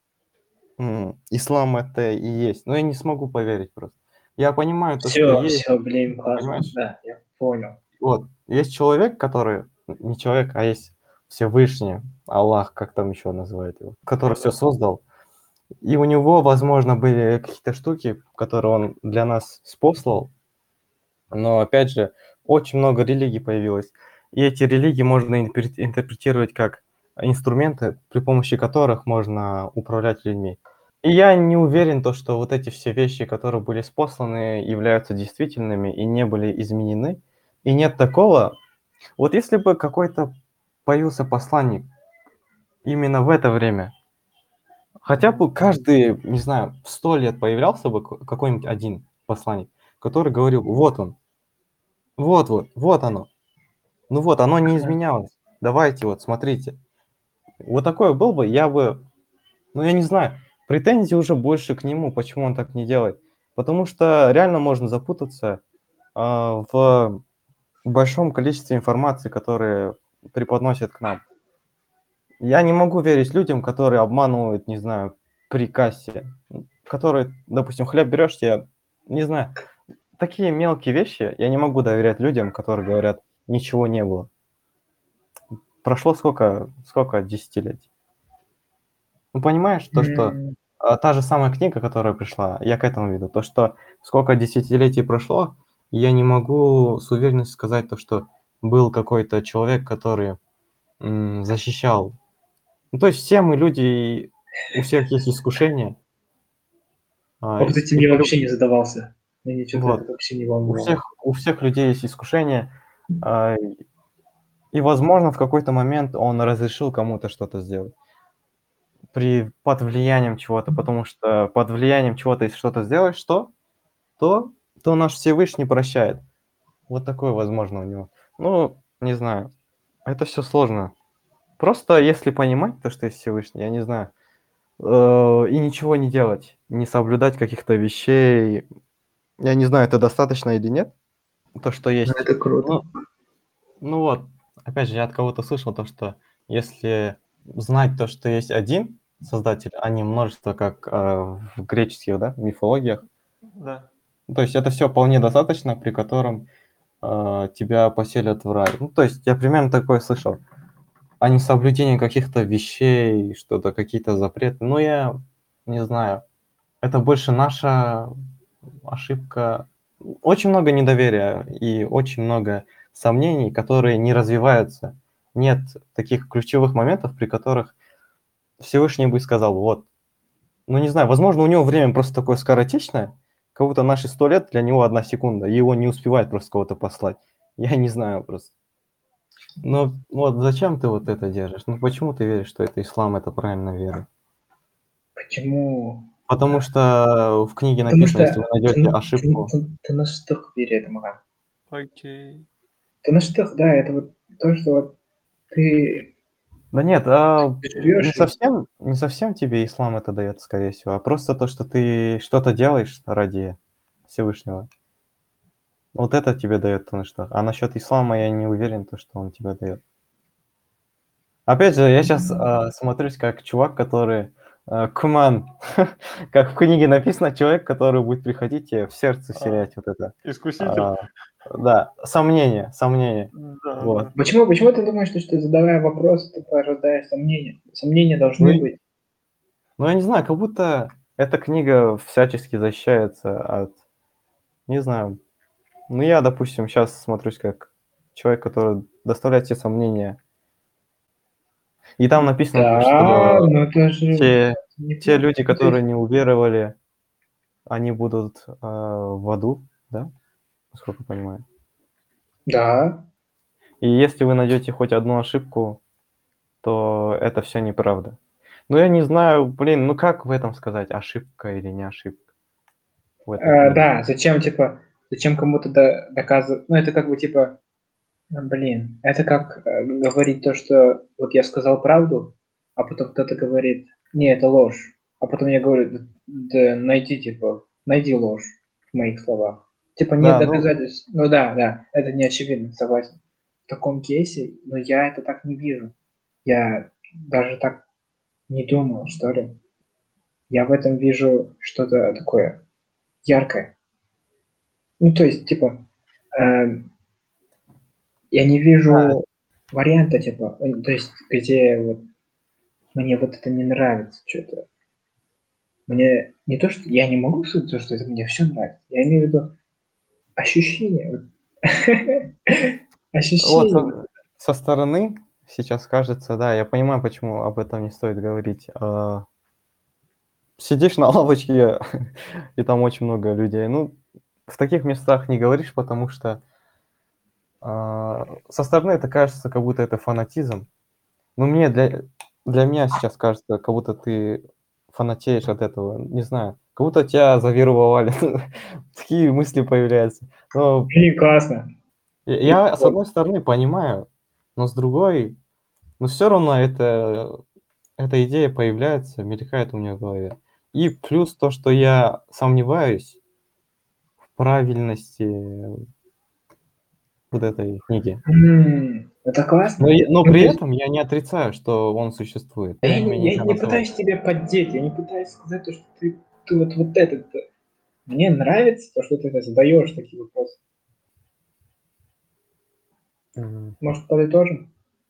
м, ислам это и есть. Но я не смогу поверить просто. Я понимаю то, что все, есть, все, блин, классно. понимаешь? Да, я понял. Вот, есть человек, который, не человек, а есть Всевышний, Аллах, как там еще называют его, который все создал. И у него, возможно, были какие-то штуки, которые он для нас спослал. Но, опять же, очень много религий появилось. И эти религии можно интерпре- интерпретировать как инструменты, при помощи которых можно управлять людьми. И я не уверен, то, что вот эти все вещи, которые были спосланы, являются действительными и не были изменены. И нет такого. Вот если бы какой-то появился посланник именно в это время, хотя бы каждые, не знаю, сто лет появлялся бы ка- какой-нибудь один посланник, который говорил, вот он, вот, вот, вот оно. Ну вот, оно не Ага. изменялось. Давайте вот, смотрите. Вот такое был бы, я бы, ну я не знаю, претензии уже больше к нему, почему он так не делает. Потому что реально можно запутаться а, в большом количестве информации, которые преподносят к нам. Я не могу верить людям, которые обманывают, не знаю, при кассе, которые, допустим, хлеб берешь, тебе, не знаю, такие мелкие вещи, я не могу доверять людям, которые говорят, ничего не было. Прошло сколько, сколько десятилетий? Ну, понимаешь, то, что М, а, та же самая книга, которая пришла, я к этому веду, то, что сколько десятилетий прошло, я не могу с уверенностью сказать то, что был какой-то человек, который м, защищал. Ну, то есть все мы люди, и у всех есть искушения. а, Вот и, этим и я по-лю- вообще не задавался. Меня что-то это вот, вообще не у волновало. всех, у всех людей есть искушения, а, и, возможно, в какой-то момент он разрешил кому-то что-то сделать при, под влиянием чего-то, потому что под влиянием чего-то, если что-то сделаешь, что? То, то наш Всевышний прощает. Вот такое возможно у него. Ну, не знаю. Это все сложно. Просто если понимать то, что есть Всевышний, я не знаю, э, и ничего не делать, не соблюдать каких-то вещей, я не знаю, это достаточно или нет, то, что Ну, есть. это круто. Ну, ну вот, опять же, я от кого-то слышал то, что если знать то, что есть один создатель, а не множество, как э, в греческих, да, мифологиях, Да. то есть это все вполне достаточно, при котором э, тебя поселят в рай. Ну, то есть я примерно такое слышал. А не соблюдение каких-то вещей, что-то, какие-то запреты. Ну, я не знаю. Это больше наша ошибка. Очень много недоверия и очень много сомнений, которые не развиваются. Нет таких ключевых моментов, при которых Всевышний бы сказал, вот, ну не знаю, возможно, у него время просто такое скоротечное, как будто наши сто лет для него одна секунда, и его не успевает просто кого-то послать. Я не знаю просто. Но вот зачем ты вот это держишь? Ну почему ты веришь, что это ислам, это правильная вера? Почему? Потому что в книге Потому написано, если вы что найдете ты, ты, ошибку. ты, ты на штук верит, Маган. Окей. Ты на штук, да, это вот то, что вот ты Да нет, а не живешь, и совсем, не совсем тебе ислам это дает, скорее всего, а просто то, что ты что-то делаешь ради Всевышнего. Вот это тебе дает то, что. А насчет ислама я не уверен, то, что он тебе дает. Опять же, я сейчас смотрюсь как чувак, который э, куман, как в книге написано, человек, который будет приходить тебе в сердце А, вселять вот это. искуситель. а, Да, сомнение, сомнение. Да, Вот. да. Почему, почему ты думаешь, что, что задавая вопрос, ты порождаешь сомнения? Сомнения Ну, должны и- быть. ну, я не знаю, как будто эта книга всячески защищается от, не знаю, ну, я, допустим, сейчас смотрюсь как человек, который доставляет тебе сомнения. И там написано, то, Да, что но это же те, те неплохо. люди, Ну, то есть, которые не уверовали, они будут э, в аду, да, насколько я понимаю. да. И если вы найдете хоть одну ошибку, то это все неправда. Ну, я не знаю, блин, ну как в этом сказать, ошибка или не ошибка в этой Э, книге? да, зачем, типа, зачем кому-то до- доказывать? Ну, это как бы, типа, ну, блин, это как э, говорить то, что вот я сказал правду, а потом кто-то говорит, не, это ложь. А потом я говорю, да, да найди, типа, найди ложь в моих словах. Типа, нет Да, ну, доказательств. Ну да, да, это не очевидно, согласен. В таком кейсе, но я это так не вижу. Я даже так не думаю, что ли. Я в этом вижу что-то такое яркое. Ну, то есть, типа, эм, я не вижу варианта, типа, э, то есть, где вот мне вот это не нравится что-то. Мне не то, что я не могу сказать, то, что это мне все нравится. Я имею в виду ощущение. вот. вот Ощущение. со, со стороны сейчас кажется, да, я понимаю, почему об этом не стоит говорить. А, сидишь на лавочке, и там очень много людей. Ну, в таких местах не говоришь, потому что а, со стороны это кажется, как будто это фанатизм. Ну, мне для, для меня сейчас кажется, как будто ты фанатеешь от этого. Не знаю, как будто тебя завербовали. Такие мысли появляются. Но Блин, классно. я, И я, с вот, одной стороны, понимаю, но с другой, но все равно это, эта идея появляется, мелькает у меня в голове. И плюс то, что я сомневаюсь в правильности вот этой книги. м, это Но, классно. и- но Ну, при то есть, этом я не отрицаю, что он существует. а Я я не, имею я не голосовать. пытаюсь тебя поддеть, я не пытаюсь сказать то, что ты, ты вот, вот этот. Мне нравится то, что ты это задаешь такие вопросы. Мгм. Может, подытожим?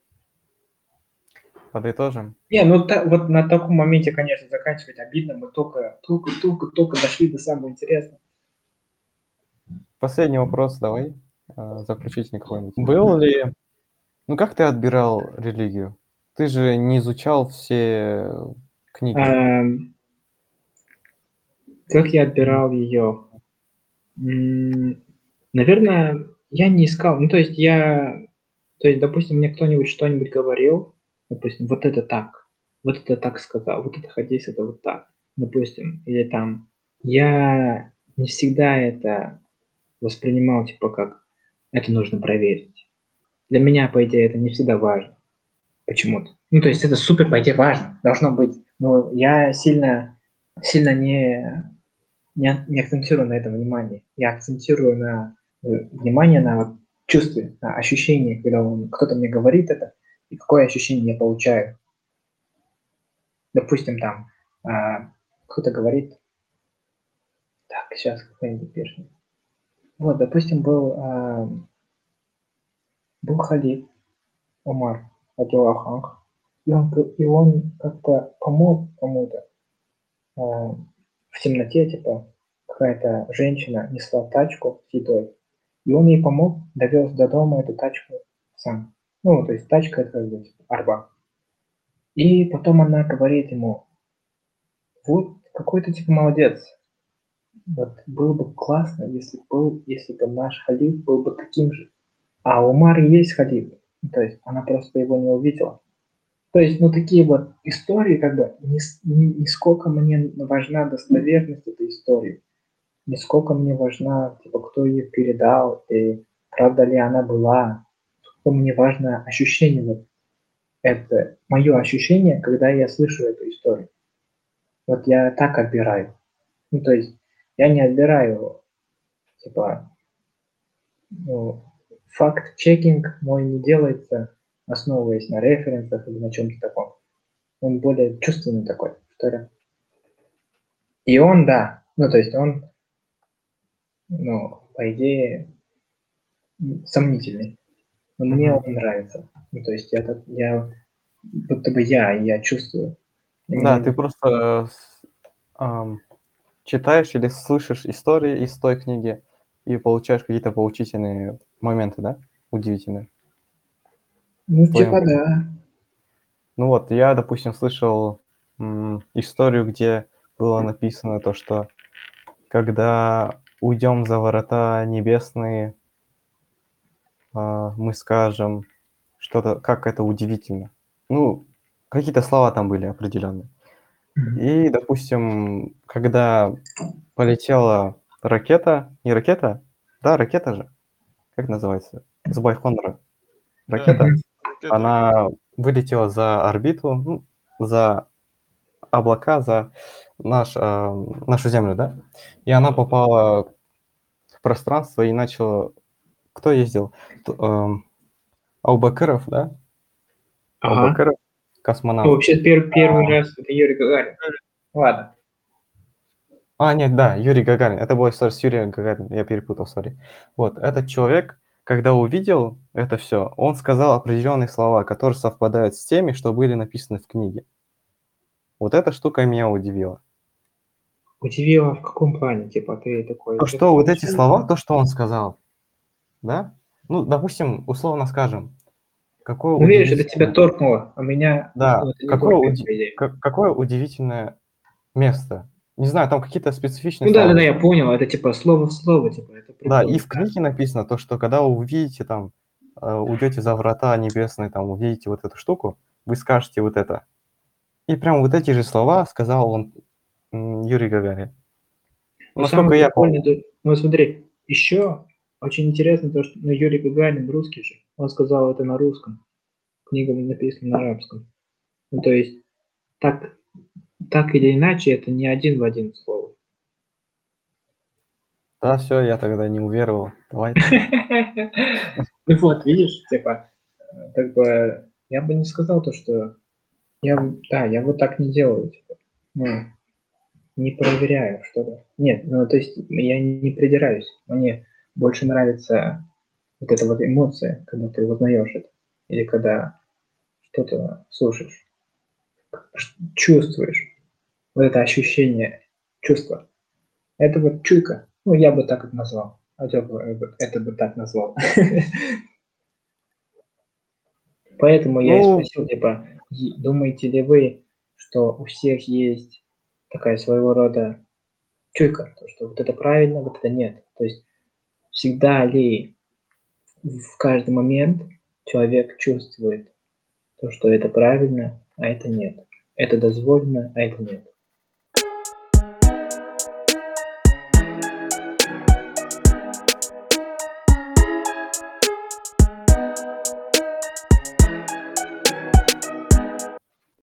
Подытожим. Не, ну та, вот на таком моменте, конечно, заканчивать обидно. Мы только, только, только, только дошли до самого интересного. Последний вопрос давай. э, заключительный какой-нибудь. Был ли... Ну, как ты отбирал религию? Ты же не изучал все книги. Эм, Как я отбирал ее? Наверное, я не искал. Ну, то есть я... То есть, допустим, мне кто-нибудь что-нибудь говорил, допустим, вот это так, вот это так сказал, вот это хадис, это вот так, допустим, или там. Я не всегда это воспринимал, типа, как это нужно проверить. Для меня, по идее, это не всегда важно. Почему-то. Ну, то есть это супер, по идее, важно. Должно быть. Но я сильно, сильно не, не, не акцентирую на этом внимание. Я акцентирую на э, внимание на вот чувстве, на ощущении, когда он, кто-то мне говорит это, и какое ощущение я получаю. Допустим, там а, кто-то говорит, так, сейчас какая-нибудь песня. Вот, допустим, был, а, был халиф Умар, радиаллаху анху, и он, и он как-то помог кому-то. А, в темноте, типа, какая-то женщина несла тачку с едой, и он ей помог, довез до дома эту тачку сам. Ну, то есть тачка это как бы типа, арба. И потом она говорит ему, вот какой ты типа молодец. Вот было бы классно, если был, если бы наш халиф был бы таким же. А Умар и есть халиф. То есть она просто его не увидела. То есть, ну, такие вот истории, как бы, не, не, не сколько мне важна достоверность этой истории, не сколько мне важна, типа, кто ее передал, и правда ли она была, сколько мне важно ощущение, вот это мое ощущение, когда я слышу эту историю. Вот я так отбираю. Ну, то есть, я не отбираю, типа, ну, факт-чекинг мой не делается, основываясь на референсах или на чем-то таком. Он более чувственный такой, что ли. И он, да, ну, то есть он, ну, по идее, сомнительный. Но мне Мгм. он нравится. Ну, то есть я, так, я будто бы я, я чувствую. И Да, мне ты не- просто э, с- ам, читаешь или слышишь истории из той книги и получаешь какие-то поучительные моменты, да? Удивительные Ну, в твоем типа, понимании. да. Ну вот, я, допустим, слышал м, историю, где было написано то, что когда уйдем за врата небесные, а, мы скажем что-то, как это удивительно. Ну, какие-то слова там были определенные. Мгм. И, допустим, когда полетела ракета, не ракета, да, ракета же, как называется, с Байконура, Да, ракета, Мгм. это ракета. она вылетела за орбиту, ну, за облака, за наш, а, нашу Землю, да, и она Да, да. попала в пространство и начала... Кто ездил? Т- эм, Аубакыров, да? Ага. Аубакыров, Ну, космонавт. вообще, пер- первый раз это Юрий Гагарин. Ладно. А, нет, да, Юрий Гагарин. Это была история с Юрием Гагарином, я перепутал, сори. Вот, этот человек, когда увидел это все, он сказал определенные слова, которые совпадают с теми, что были написаны в книге. Вот эта штука меня удивила. Удивило в каком плане? Типа, ты такой, То, что-то что вот эти слова, случилось? то, что он сказал, да? Ну, допустим, условно скажем, какое Ну, видишь, это тебя удивительное, торкнуло, а меня, да, ну, это не какое, торкает, уди- по идее. ка- какое удивительное место. Не знаю, там какие-то специфичные Ну, да, да, слова. да, я понял, это типа слово в слово, типа, это Да, и прикольно, в да. книге написано то, что когда вы увидите там, э, уйдете за врата небесные, там увидите вот эту штуку, вы скажете вот это. И прям вот эти же слова сказал он, м, Юрий Гагарин. Но Насколько самое я прикольное, помню. то- ну вот смотри, еще очень интересно то, что ну, Юрий Гагарин русский же, он сказал это на русском, книга написана на арабском. Ну, то есть так, так или иначе, это не один в один слово. Да, все, я тогда не уверовал. Давай. Ну вот, видишь, типа, э, как бы я бы не сказал то, что я, в- да, я вот так не делаю, типа, ну, не проверяю, что ли. Нет, ну, то есть я не придираюсь. Мне больше нравится вот эта вот эмоция, когда ты узнаешь это. Или когда что-то слушаешь, ш- чувствуешь. Вот это ощущение, чувство. Это вот чуйка. Ну, я бы так это назвал. это бы так назвал. Поэтому я и Ну, спросил, типа, и думаете ли вы, что у всех есть такая своего рода чуйка, то, что вот это правильно, вот это нет. То есть всегда ли в каждый момент человек чувствует то, что это правильно, а это нет. Это дозволено, а это нет.